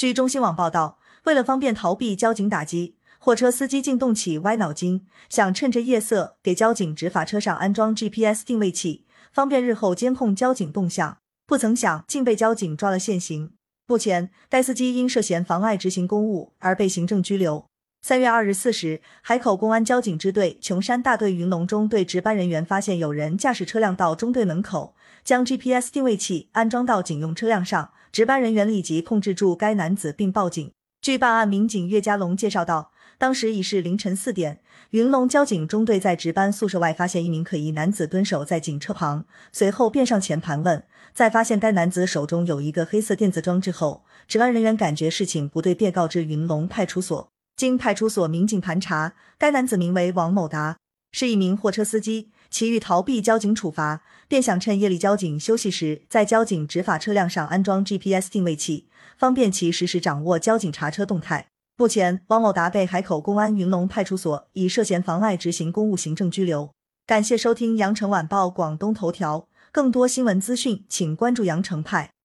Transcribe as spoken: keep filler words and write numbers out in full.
据中新网报道，为了方便逃避交警打击，货车司机竟动起歪脑筋，想趁着夜色给交警执法车上安装 G P S 定位器，方便日后监控交警动向。不曾想，竟被交警抓了现行。目前，该司机因涉嫌妨碍执行公务而被行政拘留。三月二日四时，海口公安交警支队琼山大队云龙中队值班人员发现有人驾驶车辆到中队门口，将 G P S 定位器安装到警用车辆上，值班人员立即控制住该男子并报警。据办案民警岳家龙介绍道，当时已是凌晨四点，云龙交警中队在值班宿舍外发现一名可疑男子蹲守在警车旁，随后便上前盘问，在发现该男子手中有一个黑色电子装置后，值班人员感觉事情不对，便告知云龙派出所。经派出所民警盘查，该男子名为王某达，是一名货车司机，其欲逃避交警处罚，便想趁夜里交警休息时，在交警执法车辆上安装 G P S 定位器，方便其实时掌握交警查车动态。目前，王某达被海口公安云龙派出所以涉嫌妨碍执行公务行政拘留。感谢收听羊城晚报广东头条，更多新闻资讯请关注羊城派。